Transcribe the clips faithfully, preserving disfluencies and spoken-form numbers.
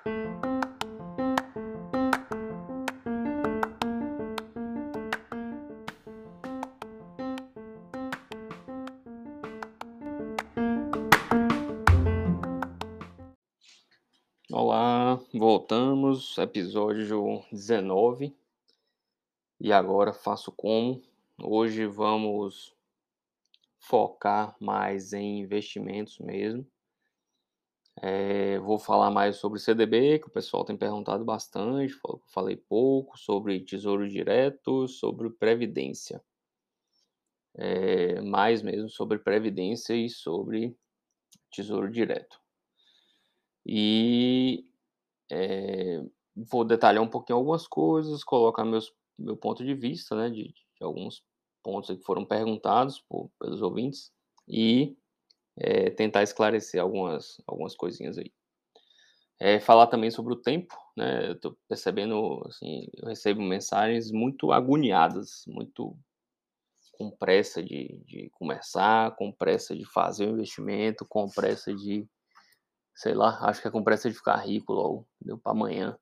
Olá, voltamos, episódio dezenove. E agora faço como? Hoje vamos focar mais em investimentos mesmo. Eh, vou falar mais sobre C D B, que o pessoal tem perguntado bastante, falou que eu falei pouco, sobre Tesouro Direto, sobre Previdência. Eh, mais mesmo sobre Previdência e sobre Tesouro Direto. E Eh, vou detalhar um pouquinho algumas coisas, colocar meus meu ponto de vista, né, de de alguns pontos aí que foram perguntados por pelos ouvintes e, eh, tentar esclarecer algumas algumas coisinhas aí. Eh, falar também sobre o tempo, né, eu tô percebendo, assim, eu recebo mensagens muito agoniadas, muito com pressa de de começar, com pressa de fazer o investimento, com pressa de, sei lá, acho que é com pressa de ficar rico logo, entendeu, pra amanhã.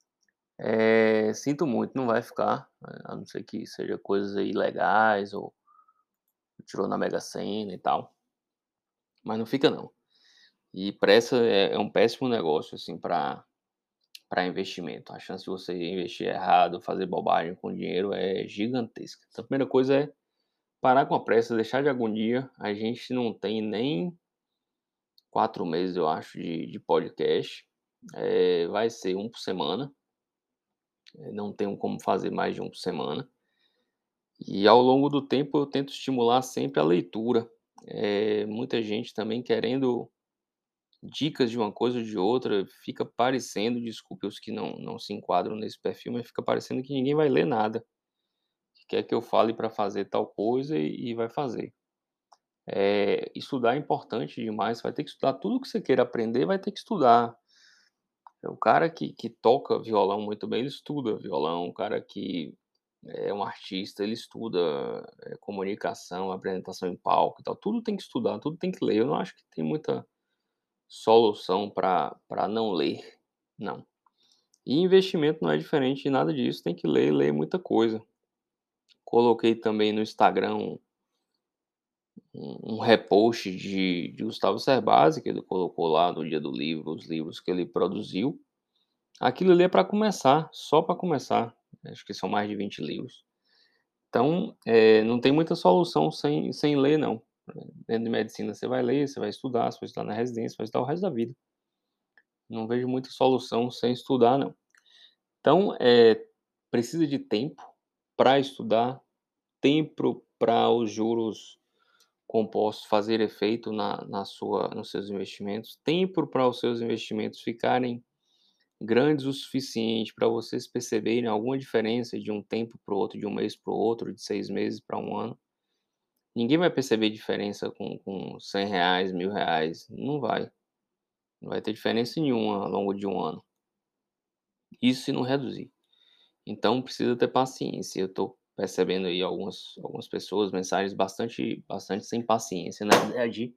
Eh, sinto muito, não vai ficar, eh, a não ser que seja coisas aí legais ou tirou na Mega Sena e tal, mas não fica não. E pressa é é um péssimo negócio, assim, para para investimento. A chance de você investir errado, fazer bobagem com o dinheiro é gigantesca. Então a primeira coisa é parar com a pressa, deixar de agonia. A gente não tem nem quatro meses, eu acho, de de podcast. Eh, vai ser um por semana, eh, não tenho como fazer mais de um por semana. E ao longo do tempo eu tento estimular sempre a leitura. Eh, muita gente também querendo dicas de uma coisa ou de outra, fica parecendo, desculpe os que não não se enquadram nesse perfil, mas fica parecendo que ninguém vai ler nada, que quer que eu fale para fazer tal coisa e e vai fazer. Eh, estudar é importante demais, vai ter que estudar tudo que você queira aprender, vai ter que estudar. O cara que que toca violão muito bem, ele estuda violão, o cara que é um artista, ele estuda, eh, comunicação, apresentação em palco e tal, tudo tem que estudar, tudo tem que ler. Eu não acho que tem muita solução para para não ler, não. E investimento não é diferente de nada disso, tem que ler, ler muita coisa. Coloquei também no Instagram um um um repost de de Gustavo Cerbasi, que ele colocou lá no dia do livro, os livros que ele produziu. Aquilo ali é para começar, só para começar, acho que são mais de vinte livros. Então, eh, não tem muita solução sem sem ler não. Dentro de medicina você vai ler, você vai estudar, você vai estudar na residência, vai estudar o resto da vida. Não vejo muita solução sem estudar não. Então, eh, precisa de tempo para estudar, tempo para os juros compostos fazer efeito na na sua nos seus investimentos, tempo para os seus investimentos ficarem grandes o suficiente para vocês perceberem alguma diferença de um tempo para o outro, de um mês para o outro, de seis meses para um ano. Ninguém vai perceber diferença com com cem reais, mil reais, não vai. Não vai ter diferença nenhuma ao longo de um ano. Isso se não reduzir. Então precisa ter paciência. Eu tô percebendo aí algumas algumas pessoas, mensagens bastante bastante sem paciência na ideia de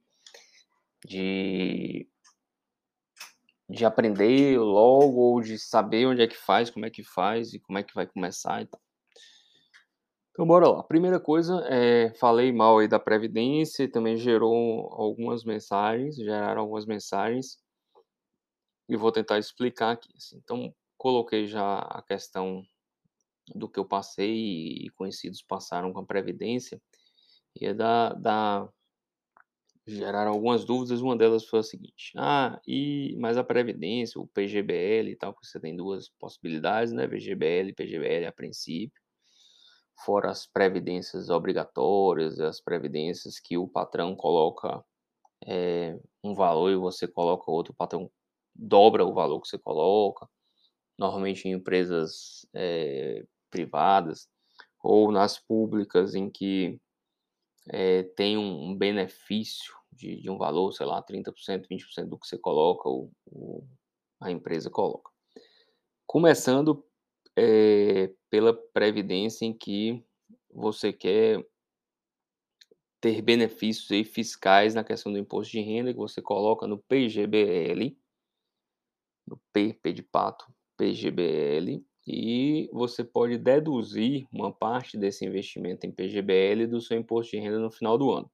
de de aprender logo ou de saber onde é que faz, como é que faz e como é que vai começar e tal. Então bora lá. Primeira coisa, eh, falei mal aí da previdência e também gerou algumas mensagens, geraram algumas mensagens, e vou tentar explicar aqui, assim. Então, coloquei já a questão do que eu passei e conhecidos passaram com a previdência, e é da da geraram algumas dúvidas, uma delas foi a seguinte: "Ah, e mas a previdência, o P G B L e tal", porque você tem duas possibilidades, né, V G B L e P G B L a princípio. Fora as previdências obrigatórias, as previdências que o patrão coloca, eh, um valor e você coloca outro, o patrão dobra o valor que você coloca, normalmente em empresas, eh, privadas ou nas públicas em que, eh, tem um um benefício de de um valor, sei lá, trinta por cento, vinte por cento do que você coloca, o o a empresa coloca. Começando, eh, pela previdência em que você quer ter benefícios aí fiscais na questão do imposto de renda que você coloca no P G B L, no P, P de pato, P G B L, e você pode deduzir uma parte desse investimento em P G B L do seu imposto de renda no final do ano.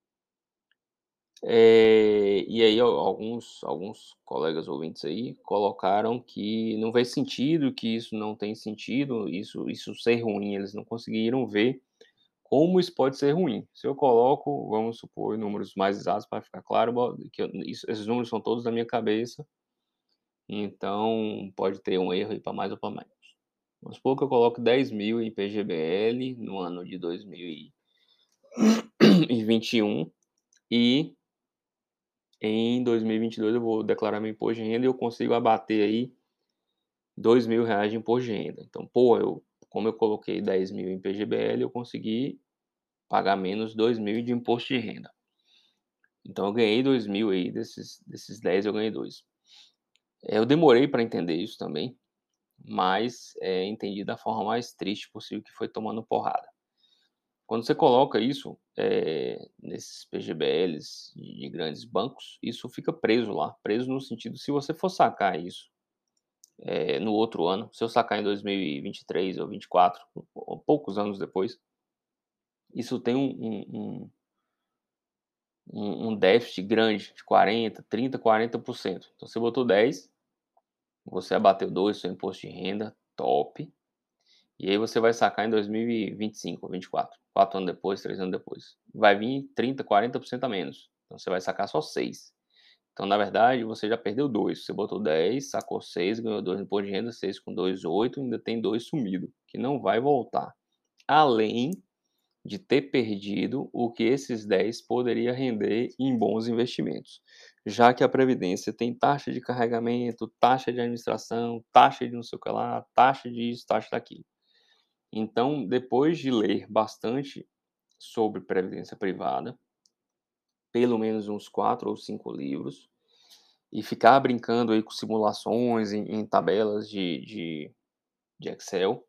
Eh, e aí al alguns alguns colegas ouvintes aí colocaram que não fez sentido, que isso não tem sentido, isso isso ser ruim, eles não conseguiram ver como isso pode ser ruim. Se eu coloco, vamos supor, números mais exatos para ficar claro, bo que eu isso esses números são todos da minha cabeça, então pode ter um erro aí para mais ou para menos. Vamos supor que eu coloco dez mil em P G B L no ano de dois mil e vinte e um e em dois mil e vinte e dois eu vou declarar meu imposto de renda e eu consigo abater aí dois mil reais de imposto de renda. Então, pô, eu como eu coloquei dez mil em P G B L, eu consegui pagar menos dois mil de imposto de renda. Então eu ganhei dois mil aí, desses desses dez eu ganhei dois. Eh, eu demorei para entender isso também, mas, eh, entendi da forma mais triste possível, que foi tomando porrada. Quando você coloca isso, eh, nesses P G B Ls de de grandes bancos, isso fica preso lá, preso no sentido, se você for sacar isso, eh, no outro ano, se eu sacar em dois mil e vinte e três ou vinte e quatro, ou poucos anos depois, isso tem um um um um um déficit grande de quarenta, trinta, quarenta por cento. Então você botou dez, você abateu dois, seu imposto de renda, top. E aí você vai sacar em dois mil e vinte e cinco ou vinte e quatro, quatro anos depois, três anos depois. Vai vir trinta, quarenta por cento a menos. Então você vai sacar só seis. Então, na verdade, você já perdeu dois. Você botou dez, sacou seis, ganhou dois no imposto de renda, seis com dois, oito, ainda tem dois sumido, que não vai voltar. Além de ter perdido o que esses dez poderia render em bons investimentos. Já que a previdência tem taxa de carregamento, taxa de administração, taxa de não sei o que lá, taxa disso, taxa daquilo. Então, depois de ler bastante sobre previdência privada, pelo menos uns quatro ou cinco livros, e ficar brincando aí com simulações em em tabelas de de de Excel,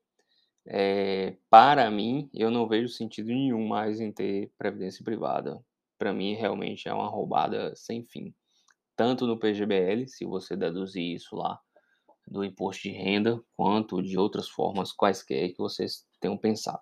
eh, para mim, eu não vejo sentido nenhum mais em ter previdência privada. Para mim, realmente é uma roubada sem fim. Tanto no P G B L, se você deduzir isso lá do imposto de renda, quanto de outras formas quaisquer que vocês tenham pensado.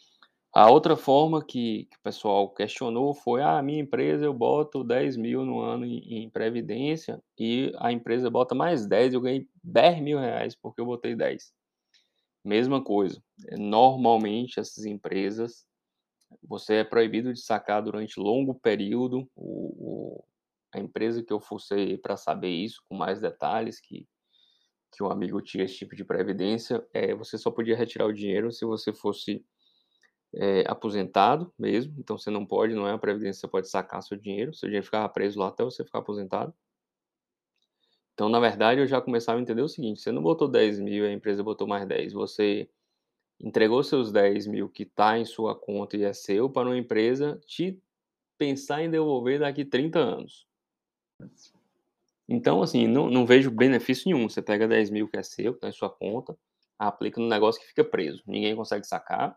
A outra forma que que o pessoal questionou foi: "Ah, minha empresa eu boto dez mil no ano em em previdência e a empresa bota mais dez, eu ganhei dez mil reais porque eu botei dez". Mesma coisa, eh, normalmente essas empresas, você é proibido de sacar durante longo período, o o a empresa que eu fucei para saber isso com mais detalhes, que que um amigo tinha esse tipo de previdência, eh, você só podia retirar o dinheiro se você fosse eh, aposentado mesmo, então você não pode, não é uma previdência, você pode sacar seu dinheiro, seu dinheiro ficava preso lá até você ficar aposentado. Então, na verdade, eu já começava a entender o seguinte: você não botou dez mil e a empresa botou mais dez, você entregou seus dez mil que está em sua conta e é seu para uma empresa te pensar em devolver daqui trinta anos. Então, assim, não não vejo benefício nenhum, você pega dez mil que é seu, que está em sua conta, aplica num negócio que fica preso, ninguém consegue sacar.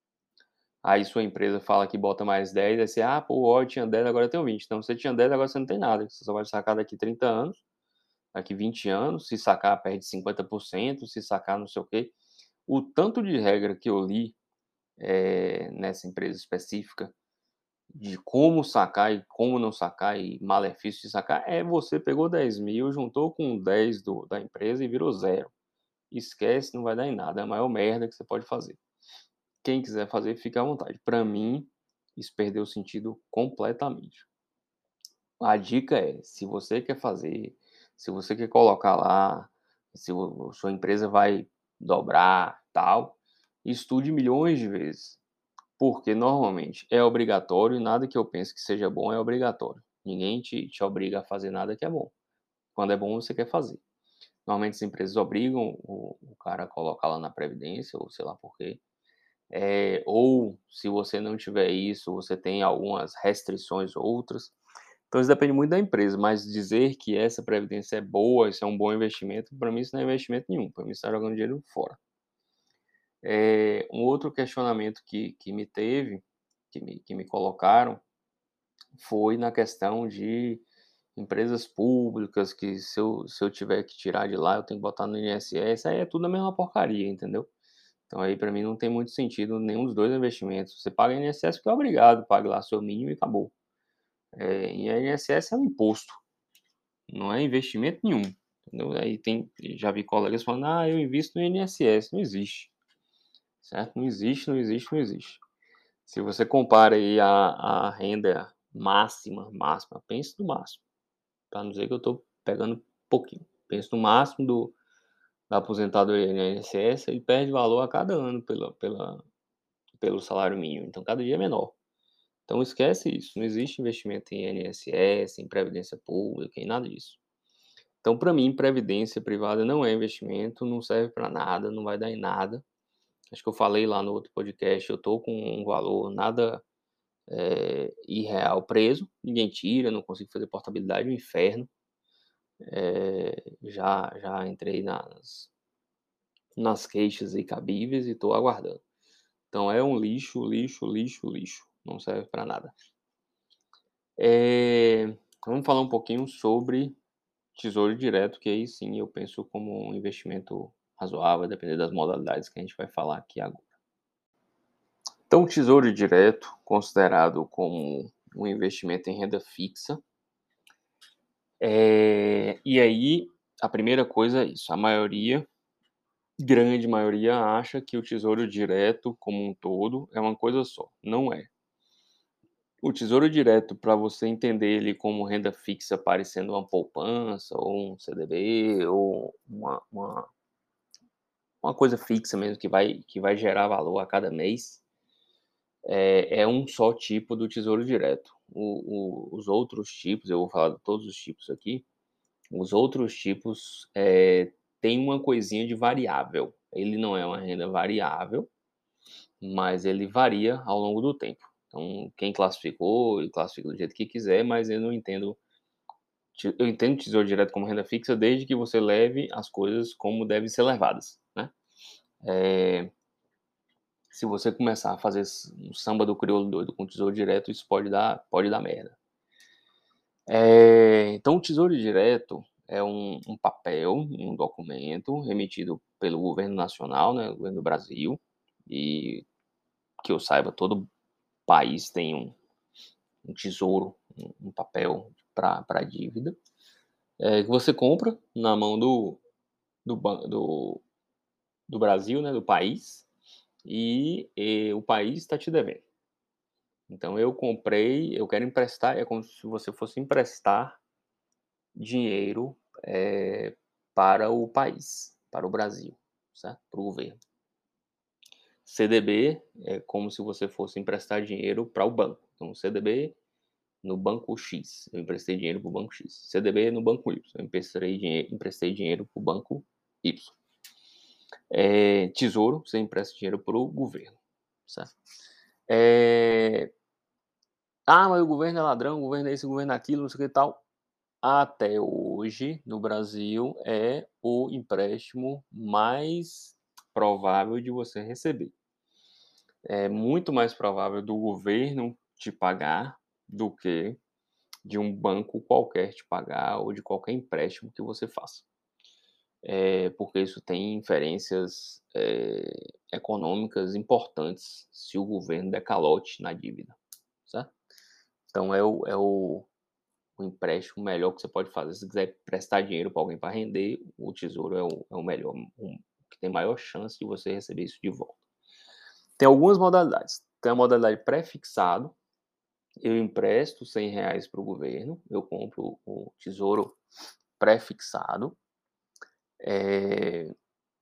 Aí sua empresa fala que bota mais dez, aí você: "Ah, pô, ó, eu tinha dez, agora eu tenho vinte". Então você tinha dez, agora você não tem nada, você só vai sacar daqui trinta anos, daqui vinte anos, se sacar perde cinquenta por cento, se sacar não sei o quê. O tanto de regra que eu li, eh, nessa empresa específica, de como sacar e como não sacar e malefício de sacar, é você pegou dez mil, juntou com dez do da empresa e virou zero. Esquece, não vai dar em nada, é a maior merda que você pode fazer. Quem quiser fazer, fica à vontade. Para mim, isso perdeu o sentido completamente. A dica é, se você quer fazer, se você quer colocar lá, se o sua empresa vai dobrar, tal, estude milhões de vezes, porque normalmente é obrigatório e nada que eu pense que seja bom é obrigatório. Ninguém te te obriga a fazer nada que é bom. Quando é bom, você quer fazer. Normalmente as empresas obrigam o o cara a colocar lá na previdência ou sei lá por quê. Eh, ou se você não tiver isso, você tem algumas restrições outras. Então isso depende muito da empresa, mas dizer que essa previdência é boa, isso é um bom investimento, para mim isso não é investimento nenhum, para mim você está jogando dinheiro fora. Eh, um outro questionamento que que me teve, que me que me colocaram, foi na questão de Empresas públicas que se eu se eu tiver que tirar de lá, eu tenho que botar no I N S S, aí é tudo a mesma porcaria, entendeu. Então aí para mim não tem muito sentido nenhum dos dois investimentos. Você paga I N S S porque é obrigado, pague lá seu mínimo e acabou. Eh, e I N S S é um imposto, não é investimento nenhum, entendeu. Aí tem já vi colegas falando: "Ah, eu invisto no I N S S", não existe, certo. Não existe, não existe, não existe. Se você compara aí a a renda máxima, máxima, pense no máximo, pra não dizer que eu estou pegando pouquinho. Pense no máximo do da aposentadoria do I N S S, ele perde valor a cada ano pela pela pelo salário mínimo, então cada dia é menor. Então esquece isso, não existe investimento em I N S S, em previdência pública, em nada disso. Então para mim previdência privada não é investimento, não serve para nada, não vai dar em nada. Acho que eu falei lá no outro podcast, eu estou com um valor nada, eh, irreal preso, ninguém tira, não consigo fazer portabilidade, é um inferno. Eh, já já entrei nas nas queixas aí cabíveis e estou aguardando. Então é um lixo, lixo, lixo, lixo, não serve para nada. Eh, vamos falar um pouquinho sobre tesouro direto, que aí sim eu penso como um investimento razoável, a depender das modalidades que a gente vai falar aqui agora. Então, o tesouro direto, considerado como um investimento em renda fixa, eh, e aí a primeira coisa é isso, a maioria, grande maioria, acha que o tesouro direto como um todo é uma coisa só, não é. O tesouro direto, para você entender ele como renda fixa, parecendo uma poupança ou um C D B ou uma uma uma coisa fixa mesmo que vai que vai gerar valor a cada mês, é é um só tipo do tesouro direto. O o os outros tipos, eu vou falar de todos os tipos aqui, os outros tipos, eh, têm uma coisinha de variável. Ele não é uma renda variável, mas ele varia ao longo do tempo. Então, quem classificou, ele classifica do jeito que quiser, mas eu não entendo te eu entendo tesouro direto como renda fixa, desde que você leve as coisas como devem ser levadas, né. Eh, se você começar a fazer s um samba do crioulo doido com tesouro direto, isso pode dar pode dar merda. Eh, então o tesouro direto é um um papel, um documento emitido pelo governo nacional, né, o governo do Brasil, e que eu saiba todo país tem um um tesouro, um um papel para pra dívida, eh, que você compra na mão do do ban do do Brasil, né, do país, e e o país está te devendo. Então eu comprei, eu quero emprestar, é como se você fosse emprestar dinheiro, eh, para o país, para o Brasil, certo? Para o governo. C D B é como se você fosse emprestar dinheiro para o banco. Então C D B no banco X, eu emprestei dinheiro para o banco X. C D B no banco Y, eu emprestei dinheiro emprestei dinheiro para o banco Y. Eh, tesouro, você empresta dinheiro para o governo, certo? Eh, "Ah, mas o governo é ladrão, o governo é isso, o governo é aquilo, não sei o que e tal". Até hoje, no Brasil, é o empréstimo mais provável de você receber. É muito mais provável do governo te pagar do que de um banco qualquer te pagar ou de qualquer empréstimo que você faça. Eh, porque isso tem inferências, eh, econômicas importantes se o governo der calote na dívida, certo? Então é o é o o empréstimo melhor que você pode fazer. Se você quiser prestar dinheiro para alguém para render, o tesouro é o é o melhor, um que tem maior chance de você receber isso de volta. Tem algumas modalidades. Tem a modalidade pré-fixado, eu empresto cem reais para o governo, eu compro o tesouro pré-fixado, eh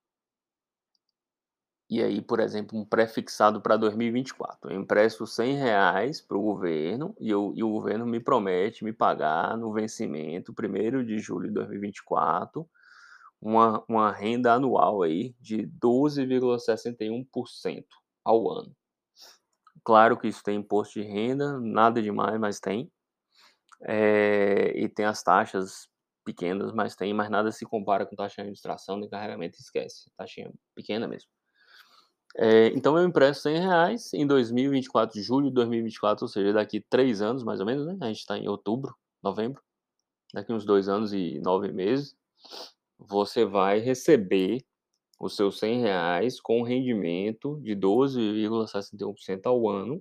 e aí, por exemplo, um pré-fixado para dois mil e vinte e quatro, eu empresto cem reais para o governo e eu e o governo me promete me pagar no vencimento primeiro de julho de dois mil e vinte e quatro, uma uma renda anual aí de doze vírgula sessenta e um por cento ao ano. Claro que isso tem imposto de renda, nada demais, mas tem. Eh, e tem as taxas pequenas, mas tem, mas nada se compara com taxa de administração nem carregamento, esquece, taxinha pequena mesmo. Eh, então eu empresto cem reais em dois mil e vinte e quatro, julho de dois mil e vinte e quatro, ou seja, daqui três anos mais ou menos, né, a gente está em outubro, novembro. daqui uns dois anos e nove meses, você vai receber os seus cem reais com rendimento de doze vírgula sessenta e um por cento ao ano,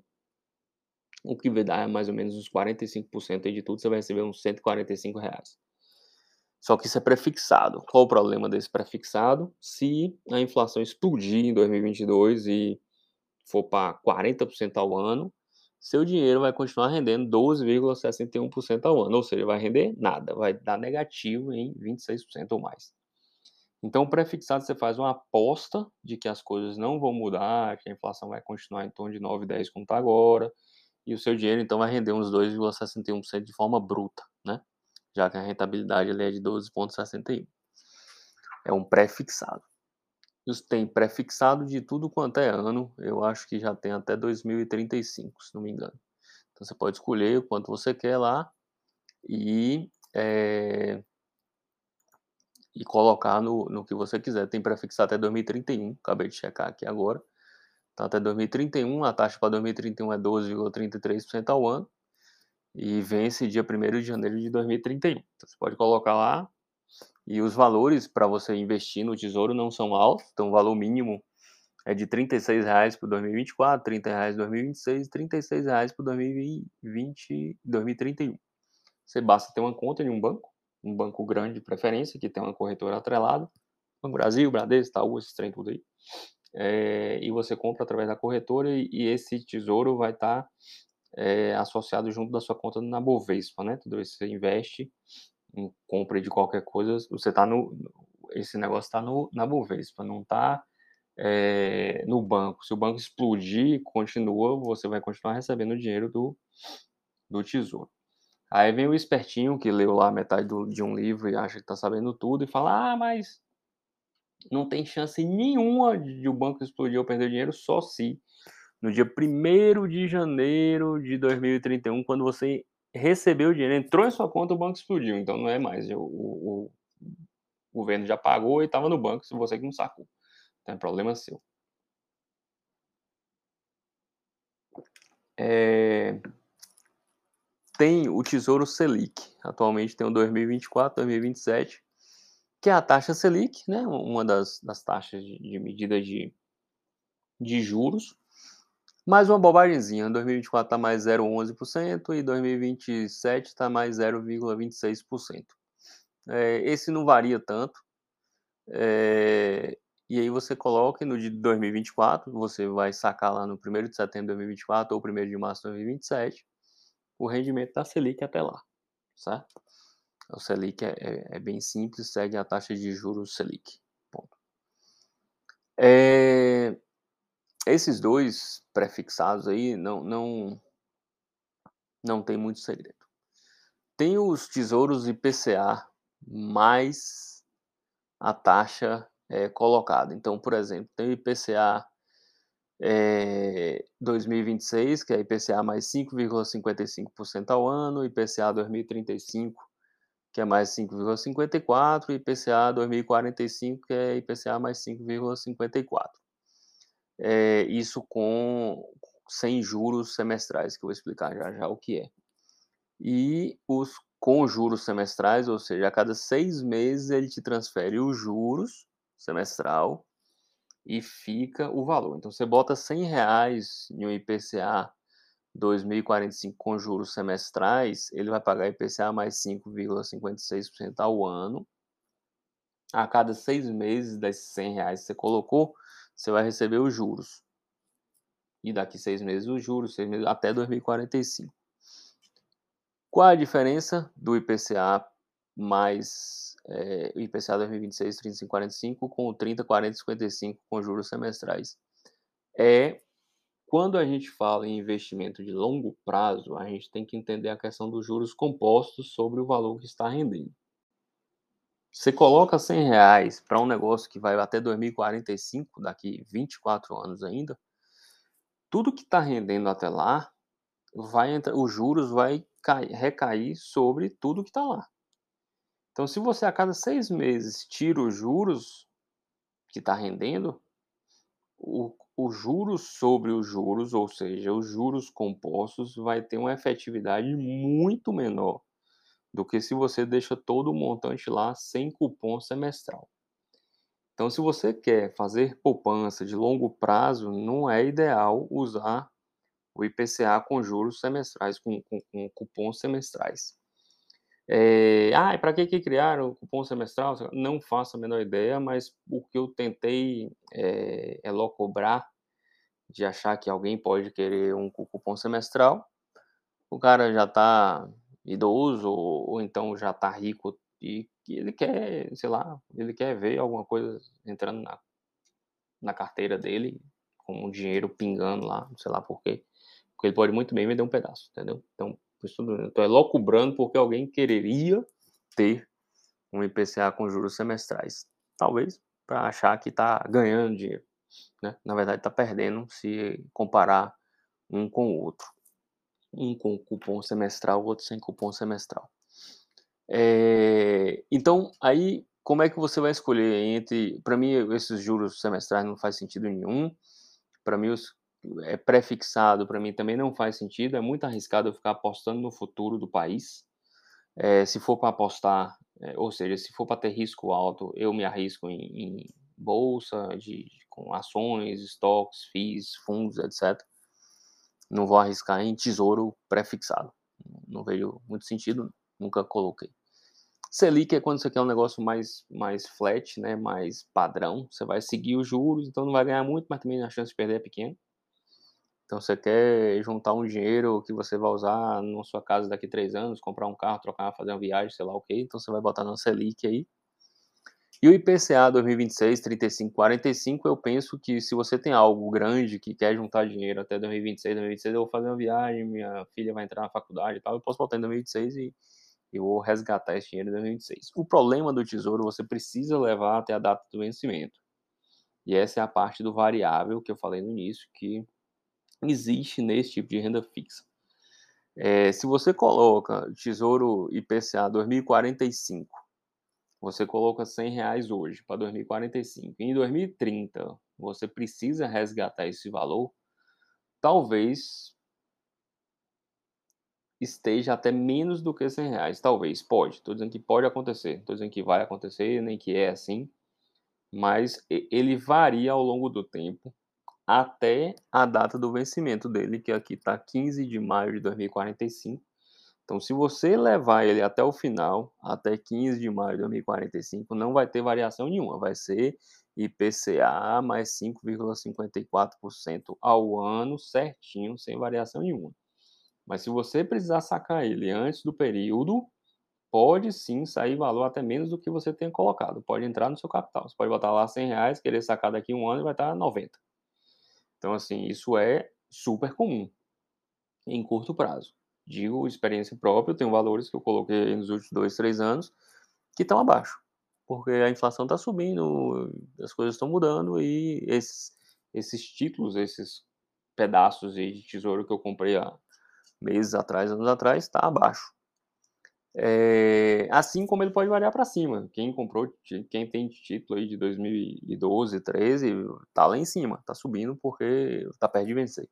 o que vai dar mais ou menos uns quarenta e cinco por cento aí de tudo, você vai receber uns cento e quarenta e cinco reais. Só que isso é prefixado. Qual o problema desse prefixado? Se a inflação explodir em dois mil e vinte e dois e for para quarenta por cento ao ano, seu dinheiro vai continuar rendendo doze vírgula sessenta e um por cento ao ano, ou seja, vai render nada, vai dar negativo em vinte e seis por cento ou mais. Então, o prefixado você faz uma aposta de que as coisas não vão mudar, que a inflação vai continuar em torno de nove, dez como está agora, e o seu dinheiro então vai render uns dois vírgula sessenta e um por cento de forma bruta, né? Já que a rentabilidade ali é de doze vírgula sessenta e um por cento. É um pré-fixado. Tem pré-fixado de tudo quanto é ano, eu acho que já tem até dois mil e trinta e cinco, se não me engano. Então você pode escolher o quanto você quer lá e, é, e colocar no, no que você quiser. Tem pré-fixado até dois mil e trinta e um, acabei de checar aqui agora. Então até dois mil e trinta e um, a taxa para dois mil e trinta e um é doze vírgula trinta e três por cento ao ano e vence dia primeiro de janeiro de dois mil e trinta e um. Então você pode colocar lá. E os valores para você investir no Tesouro não são altos, então o valor mínimo é de trinta e seis reais para dois mil e vinte e quatro, trinta reais para dois mil e vinte e seis, trinta e seis reais para dois mil e vinte, dois mil e trinta e um. Você basta ter uma conta em um banco, um banco grande de preferência, que tem uma corretora atrelada, Banco Brasil, Bradesco, Itaú, esses trem tudo aí. É, e você compra através da corretora e, e esse tesouro vai estar tá, é, associado junto da sua conta na Bovespa, né? Tudo isso você investe em compra de qualquer coisa, você tá no, esse negócio está na Bovespa, não está é, no banco. Se o banco explodir, continua, você vai continuar recebendo o dinheiro do, do tesouro. Aí vem o espertinho que leu lá metade do, de um livro e acha que está sabendo tudo e fala, ah, mas não tem chance nenhuma de o banco explodir ou perder dinheiro, só se no dia primeiro de janeiro de dois mil e trinta e um, quando você recebeu o dinheiro, entrou em sua conta, o banco explodiu. Então não é mais. O, o, o governo já pagou e estava no banco, se você que não sacou. Então é problema seu. É... Tem o Tesouro Selic. Atualmente tem o dois mil e vinte e quatro, dois mil e vinte e sete, que é a taxa Selic, né? Uma das, das taxas de, de medida de, de juros. Mais uma bobagemzinha, dois mil e vinte e quatro está mais zero vírgula onze por cento e dois mil e vinte e sete está mais zero vírgula vinte e seis por cento. É, esse não varia tanto. É, e aí você coloca no de dois mil e vinte e quatro, você vai sacar lá no primeiro de setembro de dois mil e vinte e quatro ou primeiro de março de dois mil e vinte e sete, o rendimento da Selic até lá, certo? O Selic é, é, é bem simples, segue a taxa de juros Selic. Ponto. É, esses dois prefixados aí não, não, não tem muito segredo. Tem os tesouros I P C A mais a taxa é, colocada. Então, por exemplo, tem o I P C A é, dois mil e vinte e seis, que é I P C A mais cinco vírgula cinquenta e cinco por cento ao ano, I P C A dois mil e trinta e cinco, que é mais cinco vírgula cinquenta e quatro por cento, e I P C A dois mil e quarenta e cinco, que é I P C A mais cinco vírgula cinquenta e quatro por cento. É, isso com sem juros semestrais, que eu vou explicar já já o que é. E os com juros semestrais, ou seja, a cada seis meses ele te transfere os juros semestral e fica o valor. Então, você bota cem reais em um I P C A dois mil e quarenta e cinco com juros semestrais, ele vai pagar I P C A mais cinco vírgula cinquenta e seis por cento ao ano. A cada seis meses desses cem reais que você colocou, você vai receber os juros. E daqui seis meses os juros, seis meses, até dois mil e quarenta e cinco. Qual a diferença do I P C A mais é, o I P C A dois mil e vinte e seis, trinta e cinco, quarenta e cinco com o trinta, quarenta e cinquenta e cinco com juros semestrais? É quando a gente fala em investimento de longo prazo, a gente tem que entender a questão dos juros compostos sobre o valor que está rendendo. Você coloca cem reais para um negócio que vai até dois mil e quarenta e cinco, daqui vinte e quatro anos ainda, tudo que está rendendo até lá, vai entrar, os juros vai cair, recair sobre tudo que está lá. Então, se você a cada seis meses tira os juros que está rendendo, o, o juros sobre os juros, ou seja, os juros compostos, vai ter uma efetividade muito menor do que se você deixa todo o montante lá sem cupom semestral. Então, se você quer fazer poupança de longo prazo, não é ideal usar o I P C A com juros semestrais, com com com cupons semestrais. Eh, "Ai, pra que que criaram o cupom semestral?", não faço a menor ideia, mas o que eu tentei, eh, elocubrar de achar que alguém pode querer um cu cupom semestral, o cara já tá idoso ou ou então já tá rico e que ele quer, sei lá, ele quer ver alguma coisa entrando na na carteira dele, com o dinheiro pingando lá, sei lá por quê, porque ele pode muito bem vender um pedaço, entendeu. Então, por isso eu tô elocubrando porque alguém quereria ter um I P C A com juros semestrais. Talvez pra achar que tá ganhando dinheiro, né, na verdade tá perdendo se comparar um com o outro. Um com cupom semestral, o outro sem cupom semestral. Eh, então, aí, como é que você vai escolher entre pra mim esses juros semestrais não faz sentido nenhum, pra mim os eh, pré-fixado pra mim também não faz sentido, é muito arriscado eu ficar apostando no futuro do país. Eh, se for pra apostar, eh, ou seja, se for pra ter risco alto, eu me arrisco em em bolsa de com ações, estoques, FIIs, fundos, etcétera. Não vou arriscar em tesouro pré-fixado, não vejo muito sentido, nunca coloquei. Selic é quando você quer um negócio mais mais flat, né, mais padrão, você vai seguir os juros, então não vai ganhar muito, mas também a chance de perder é pequena. Então você quer juntar um dinheiro que você vai usar na sua casa daqui três anos, comprar um carro, trocar, fazer uma viagem, sei lá o quê, então você vai botar na Selic aí. E o I P C A dois mil e vinte e seis, trinta e cinco, quarenta e cinco, eu penso que se você tem algo grande que quer juntar dinheiro até dois mil e vinte e seis, dois mil e vinte e seis eu vou fazer uma viagem, minha filha vai entrar na faculdade e tal, eu posso botar em dois mil e vinte e seis e eu vou resgatar esse dinheiro em dois mil e vinte e seis. O problema do tesouro, você precisa levar até a data do vencimento. E essa é a parte do variável que eu falei no início, que existe nesse tipo de renda fixa. Eh, se você coloca tesouro I P C A dois mil e quarenta e cinco, você coloca cem reais hoje pra dois mil e quarenta e cinco, em dois mil e trinta você precisa resgatar esse valor, talvez esteja até menos do que cem reais, talvez, pode, tô dizendo que pode acontecer, não tô dizendo que vai acontecer, nem que é assim, mas e ele varia ao longo do tempo, até a data do vencimento dele, que aqui tá quinze de maio de dois mil e quarenta e cinco. Então se você levar ele até o final, até quinze de maio de dois mil e quarenta e cinco, não vai ter variação nenhuma, vai ser I P C A mais cinco vírgula cinquenta e quatro por cento ao ano, certinho, sem variação nenhuma. Mas se você precisar sacar ele antes do período, pode sim sair valor até menos do que você tenha colocado, pode entrar no seu capital, você pode botar lá cem reais, querer sacar daqui um ano e vai estar noventa. Então assim, isso é super comum, em curto prazo. Digo experiência própria, eu tenho valores que eu coloquei nos últimos dois, três anos, que estão abaixo, porque a inflação tá subindo, as coisas estão mudando e esses esses títulos, esses pedaços de tesouro que eu comprei há meses atrás, anos atrás, tá abaixo. Eh, assim como ele pode variar pra cima, quem comprou ti quem tem título aí de dois mil e doze, treze, tá lá em cima, tá subindo porque tá perto de vencer.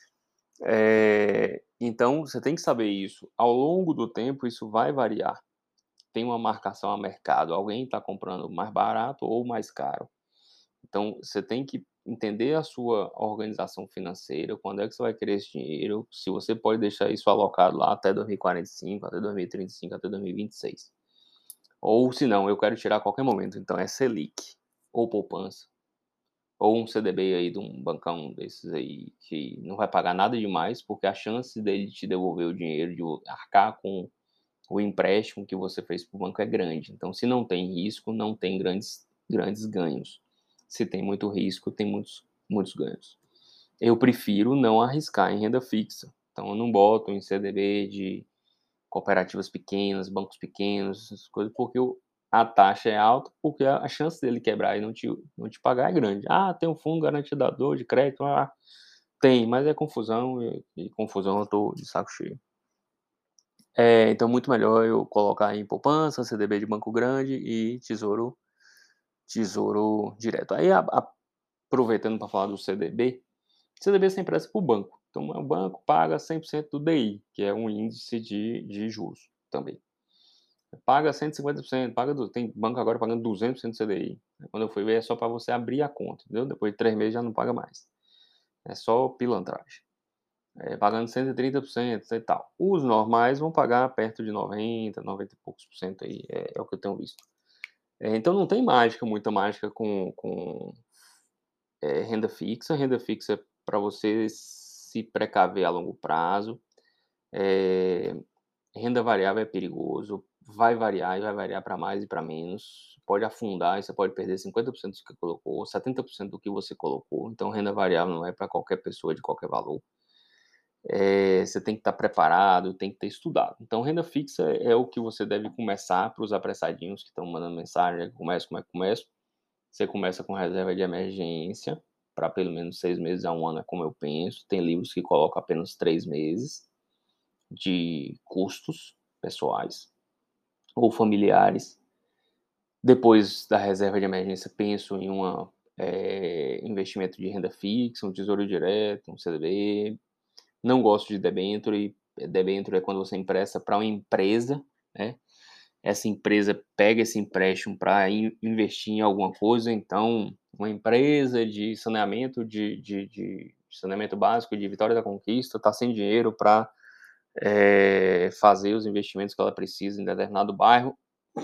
Eh, então você tem que saber isso, ao longo do tempo isso vai variar. Tem uma marcação a mercado, alguém tá comprando mais barato ou mais caro. Então você tem que entender a sua organização financeira, quando é que você vai querer esse dinheiro, se você pode deixar isso alocado lá até dois mil e quarenta e cinco, até dois mil e trinta e cinco, até dois mil e vinte e seis. Ou se não, eu quero tirar a qualquer momento, então é Selic, ou poupança, ou um C D B aí de um bancão desses aí, que não vai pagar nada demais, porque a chance dele te devolver o dinheiro, de o arcar com o empréstimo que você fez para o banco é grande, então se não tem risco, não tem grandes grandes ganhos. Se tem muito risco, tem muitos muitos ganhos. Eu prefiro não arriscar em renda fixa, então eu não boto em C D B de cooperativas pequenas, bancos pequenos, essas coisas, porque o a taxa é alta, porque a a chance dele quebrar e não te não te pagar é grande. "Ah, tem um fundo garantidador de crédito", ah, tem, mas é confusão e e confusão eu tô de saco cheio. É, então muito melhor eu colocar em poupança, C D B de banco grande e tesouro tesouro direto. Aí a aproveitando pra falar do C D B, C D B você empresta para o banco, então o banco paga cem por cento do D I, que é um índice de de juros também. paga cento e cinquenta por cento, paga du tem banco agora pagando duzentos por cento do C D I. Quando eu fui ver é só para você abrir a conta, entendeu? Depois de três meses já não paga mais. É só pilantragem. Eh, pagando cento e trinta por cento e tal. Os normais vão pagar perto de noventa, noventa e poucos por cento aí, é é o que eu tenho visto. Eh, então não tem mágica, muita mágica com com, eh, renda fixa. Renda fixa para você se precaver a longo prazo. Eh, renda variável é perigoso, vai variar e vai variar para mais e para menos. Pode afundar e você pode perder cinquenta por cento do que colocou, setenta por cento do que você colocou. Então renda variável não é para qualquer pessoa de qualquer valor. Eh, você tem que estar preparado, tem que ter estudado. Então renda fixa é o que você deve começar para os apressadinhos que estão mandando mensagem: "Começo, como é que começo?". Você começa com reserva de emergência, para pelo menos seis meses a um ano, é como eu penso. Tem livros que colocam apenas três meses de custos pessoais ou familiares. Depois da reserva de emergência, penso em uma, eh, investimento de renda fixa, um tesouro direto, um C D B. Não gosto de debênture. Debênture é quando você empresta para uma empresa, né, essa empresa pega esse empréstimo para in investir em alguma coisa. Então, uma empresa de saneamento de de de saneamento básico de Vitória da Conquista está sem dinheiro para, eh, fazer os investimentos que ela precisa em determinado bairro.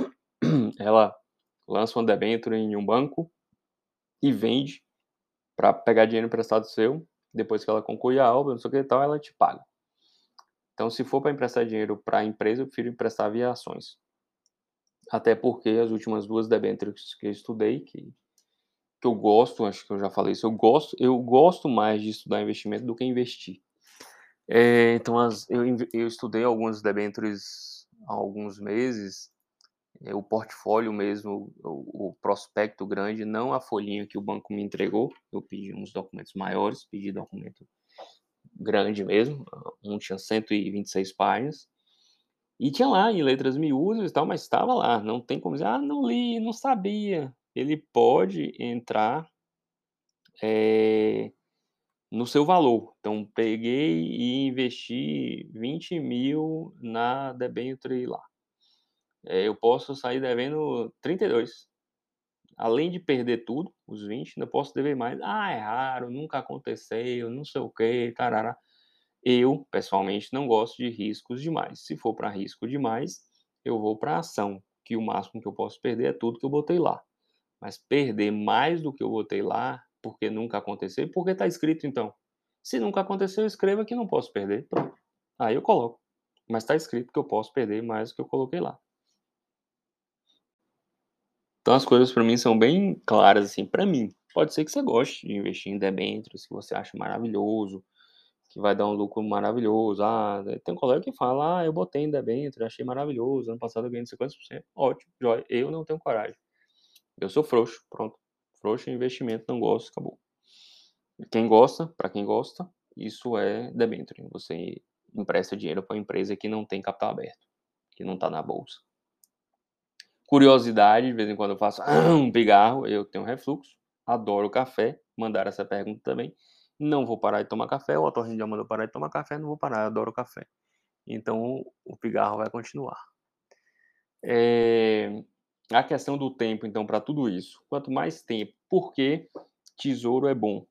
Ela lança uma debênture em um banco e vende para pegar dinheiro emprestado seu. Depois que ela concluir a obra, não sei o que e tal, ela te paga. Então, se for para emprestar dinheiro para a empresa, eu prefiro emprestar via ações. Até porque as últimas duas debêntures que eu estudei, que que eu gosto, acho que eu já falei isso, eu gosto eu gosto mais de estudar investimento do que investir. Eh, então as eu inve eu estudei algumas debêntures há alguns meses, eh, o portfólio mesmo, o o prospecto grande, não a folhinha que o banco me entregou. Eu pedi uns documentos maiores, pedi documento grande mesmo, um tinha cento e vinte e seis páginas, e tinha lá em letras miúdas e tal, mas estava lá, não tem como dizer: "Ah, não li, não sabia". Ele pode entrar, eh, no seu valor. Então peguei e investi vinte mil na debênture lá. Eh, eu posso sair devendo trinta e dois. Além de perder tudo, os vinte, ainda posso dever mais. "Ah, é raro, nunca aconteceu, não sei o quê, tarará". Eu, pessoalmente, não gosto de riscos demais. Se for para risco demais, eu vou para ação, que o máximo que eu posso perder é tudo que eu botei lá. Mas perder mais do que eu botei lá, porque nunca aconteceu, porque está escrito então. Se nunca aconteceu, escreva que não posso perder, pronto. Aí eu coloco. Mas está escrito que eu posso perder mais do que eu coloquei lá. Então as coisas para mim são bem claras, assim, para mim. Pode ser que você goste de investir em debêntures, que você acha maravilhoso, que vai dar um lucro maravilhoso. Ah, tem um colega que fala: "Ah, eu botei em debênture, achei maravilhoso, ano passado eu ganhei não sei quantos por cento". Ótimo, jóia. Eu não tenho coragem. Eu sou frouxo, pronto. Frouxo em investimento, não gosto, acabou. Quem gosta, para quem gosta, isso é debênture. Você empresta dinheiro para uma empresa que não tem capital aberto, que não está na bolsa. Curiosidade, de vez em quando eu faço um pigarro, eu tenho refluxo, adoro café, mandaram essa pergunta também. Não vou parar de tomar café, o otorrino já mandou parar de tomar café, não vou parar, eu adoro café. Então o pigarro vai continuar. Eh, a questão do tempo, então, para tudo isso. Quanto mais tempo, por que tesouro é bom?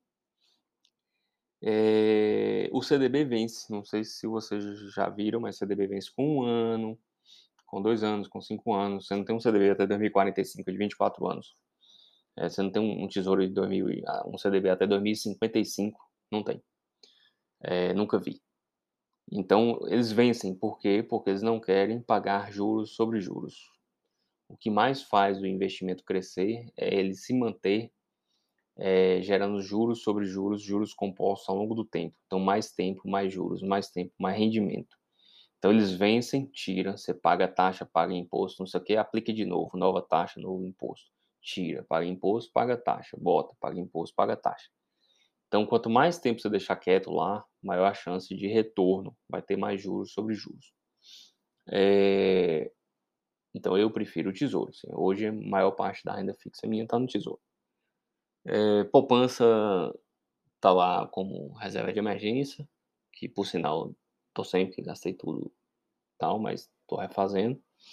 Eh, o C D B vence, não sei se vocês já viram, mas C D B vence com um ano, com dois anos, com cinco anos. Você não tem um C D B até dois mil e quarenta e cinco de vinte e quatro anos. Eh, você não tem um um tesouro de dois mil e ah, um C D B até dois mil e cinquenta e cinco, não tem. Eh, nunca vi. Então eles vencem, por quê? Porque eles não querem pagar juros sobre juros. O que mais faz o investimento crescer é ele se manter, eh, gerando juros sobre juros, juros compostos ao longo do tempo. Então mais tempo, mais juros, mais tempo, mais rendimento. Então eles vencem, tira, você paga a taxa, paga imposto, não sei o quê, aplica de novo, nova taxa, novo imposto. Tira, paga imposto, paga taxa, bota, paga imposto, paga taxa. Então quanto mais tempo você deixar quieto lá, maior a chance de retorno, vai ter mais juros sobre juros. Eh, então eu prefiro o tesouro, assim. Hoje a maior parte da renda fixa minha está no tesouro. Eh, poupança tá lá como reserva de emergência, que por sinal tô sempre, gastei tudo, tal, mas tô refazendo.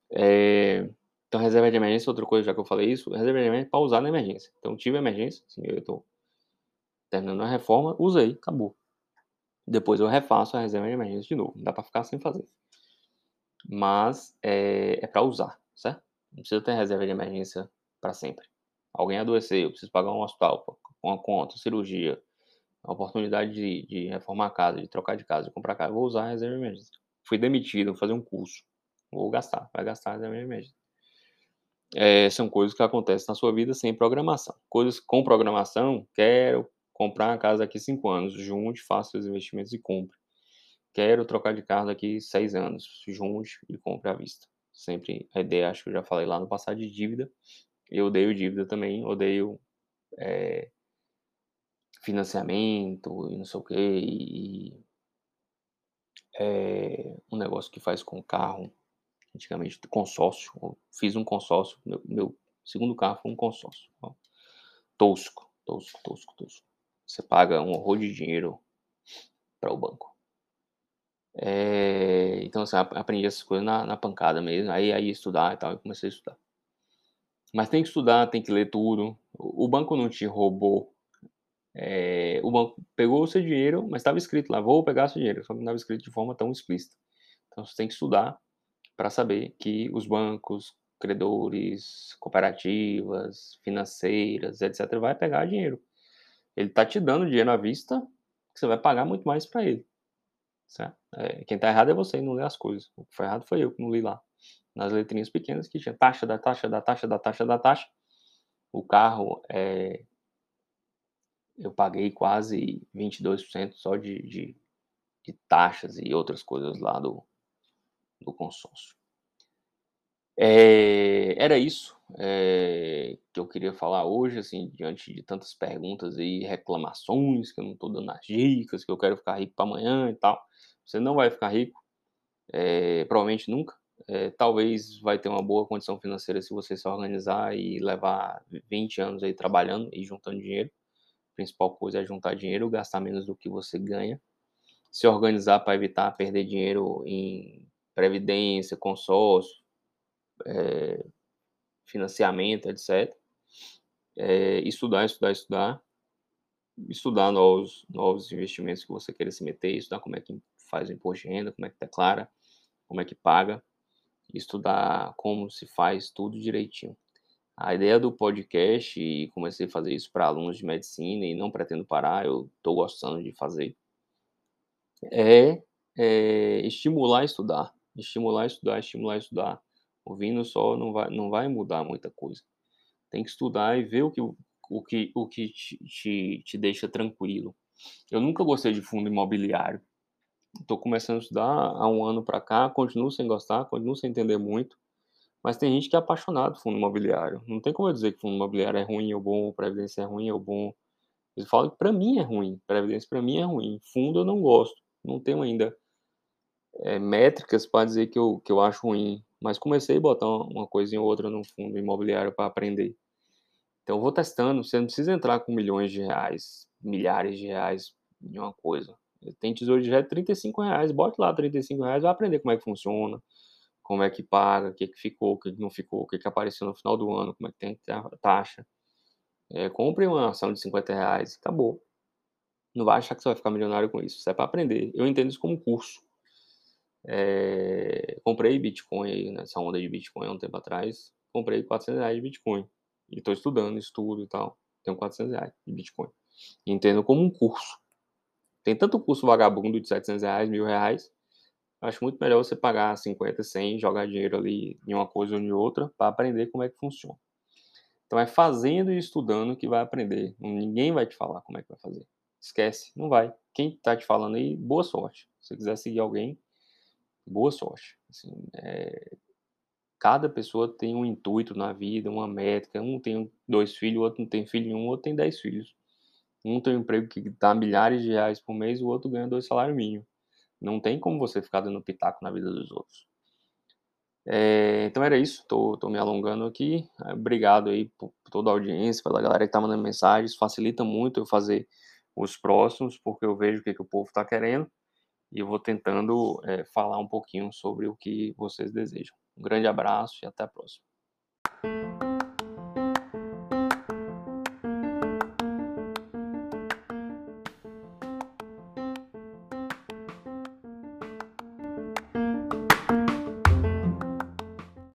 Eh, então reserva de emergência, outra coisa, já que eu falei isso, reserva de emergência pra usar na emergência. Então tive emergência, assim, eu tô terminando a reforma, usei, acabou. Depois eu refaço a reserva de emergência de novo, não dá pra ficar sem fazer. Mas, eh, é pra usar, certo? Não precisa ter reserva de emergência pra sempre. Alguém adoeceu, eu preciso pagar um hospital, uma conta, cirurgia, a oportunidade de de reformar a casa, de trocar de casa, de comprar casa, vou usar a reserva de emergência. Fui demitido, vou fazer um curso, vou gastar, vai gastar a reserva de emergência. Eh, são coisas que acontecem na sua vida sem programação. Coisas com programação, quero comprar uma casa daqui cinco anos, junte, faça os investimentos e compre. Quero trocar de carro daqui seis anos, junte e compre à vista. Sempre a ideia, acho que eu já falei lá no passado, de dívida. Eu odeio dívida também, odeio, eh, financiamento e não sei o quê, e eh, um negócio que faz com carro, antigamente consórcio, eu fiz um consórcio, meu meu segundo carro foi um consórcio, ó, tosco, tosco, tosco, tosco. Você paga um horror de dinheiro para o banco. Eh, então assim, a aprendi essas coisas na na pancada mesmo, aí aí ia estudar e tal, eu comecei a estudar. Mas tem que estudar, tem que ler tudo, o o banco não te roubou, eh, o banco pegou o seu dinheiro, mas estava escrito lá: "Vou pegar seu dinheiro", só que não estava escrito de forma tão explícita. Então você tem que estudar para saber que os bancos, credores, cooperativas, financeiras, etcétera, vai pegar dinheiro. Ele tá te dando dinheiro à vista, que você vai pagar muito mais para ele, certo? Eh, quem tá errado é você em não ler as coisas, o que foi errado foi eu que não li lá, nas letrinhas pequenas que tinha taxa da taxa da taxa da taxa da taxa. O carro, eh eu paguei quase vinte e dois por cento só de de de taxas e outras coisas lá do do consórcio. Eh, era isso, eh, que eu queria falar hoje, assim, diante de tantas perguntas e reclamações, que eu não tô dando as dicas, que eu quero ficar rico para amanhã e tal. Você não vai ficar rico, eh, provavelmente nunca, eh, talvez vai ter uma boa condição financeira se você se organizar e levar vinte anos aí trabalhando e juntando dinheiro. A principal coisa é juntar dinheiro, gastar menos do que você ganha, se organizar para evitar perder dinheiro em previdência, consórcio, eh, financiamento, etcétera. Eh, estudar, estudar, estudar, estudar novos novos investimentos que você queira se meter, estudar como é que faz o imposto de renda, como é que declara, como é que paga, estudar como se faz tudo direitinho. A ideia do podcast, e comecei a fazer isso para alunos de medicina e não pretendo parar, eu estou gostando de fazer, é, eh, estimular a estudar, estimular a estudar, estimular a estudar. Ouvindo só não vai não vai mudar muita coisa. Tem que estudar e ver o que o o que o que te te te deixa tranquilo. Eu nunca gostei de fundo imobiliário. Estou começando a estudar há um ano para cá, continuo sem gostar, continuo sem entender muito, mas tem gente que é apaixonado por fundo imobiliário. Não tem como eu dizer que fundo imobiliário é ruim ou bom, previdência é ruim ou bom. Eu falo que para mim é ruim, previdência para mim é ruim, fundo eu não gosto. Não tenho ainda, eh, métricas para dizer que eu que eu acho ruim, mas comecei a botar uma uma coisinha ou outra no fundo imobiliário para aprender. Então eu vou testando, você não precisa entrar com milhões de reais, milhares de reais em uma coisa. Tem tesouro direto trinta e cinco reais, bote lá trinta e cinco reais, vai aprender como é que funciona, como é que paga, o que que ficou, o que que não ficou, o que que apareceu no final do ano, como é que tem a taxa. Eh, compre uma ação de cinquenta reais, acabou. Não vai achar que você vai ficar milionário com isso, isso é para aprender. Eu entendo isso como curso. Eh, comprei Bitcoin aí nessa onda de Bitcoin há um tempo atrás, comprei quatrocentos reais de Bitcoin, e estou estudando, estudo e tal, tenho quatrocentos reais de Bitcoin. Entendo como um curso. Tem tanto curso vagabundo de setecentos reais, mil reais, acho muito melhor você pagar cinquenta, cem, jogar dinheiro ali em uma coisa ou em outra, para aprender como é que funciona. Então é fazendo e estudando que vai aprender, ninguém vai te falar como é que vai fazer. Esquece, não vai. Quem tá te falando aí, boa sorte. Se você quiser seguir alguém, boa sorte. Assim, eh, cada pessoa tem um intuito na vida, uma métrica, um tem dois filhos, o outro não tem filho nenhum, o outro tem dez filhos. Um tem um emprego que dá milhares de reais por mês, o outro ganha dois salários mínimos. Não tem como você ficar dando pitaco na vida dos outros. Eh, então era isso, tô tô me alongando aqui, eh, obrigado aí por por toda a audiência, pela galera que tá mandando mensagens, facilita muito eu fazer os próximos, porque eu vejo o que que o povo tá querendo, e eu vou tentando, eh, falar um pouquinho sobre o que vocês desejam. Um grande abraço e até a próxima.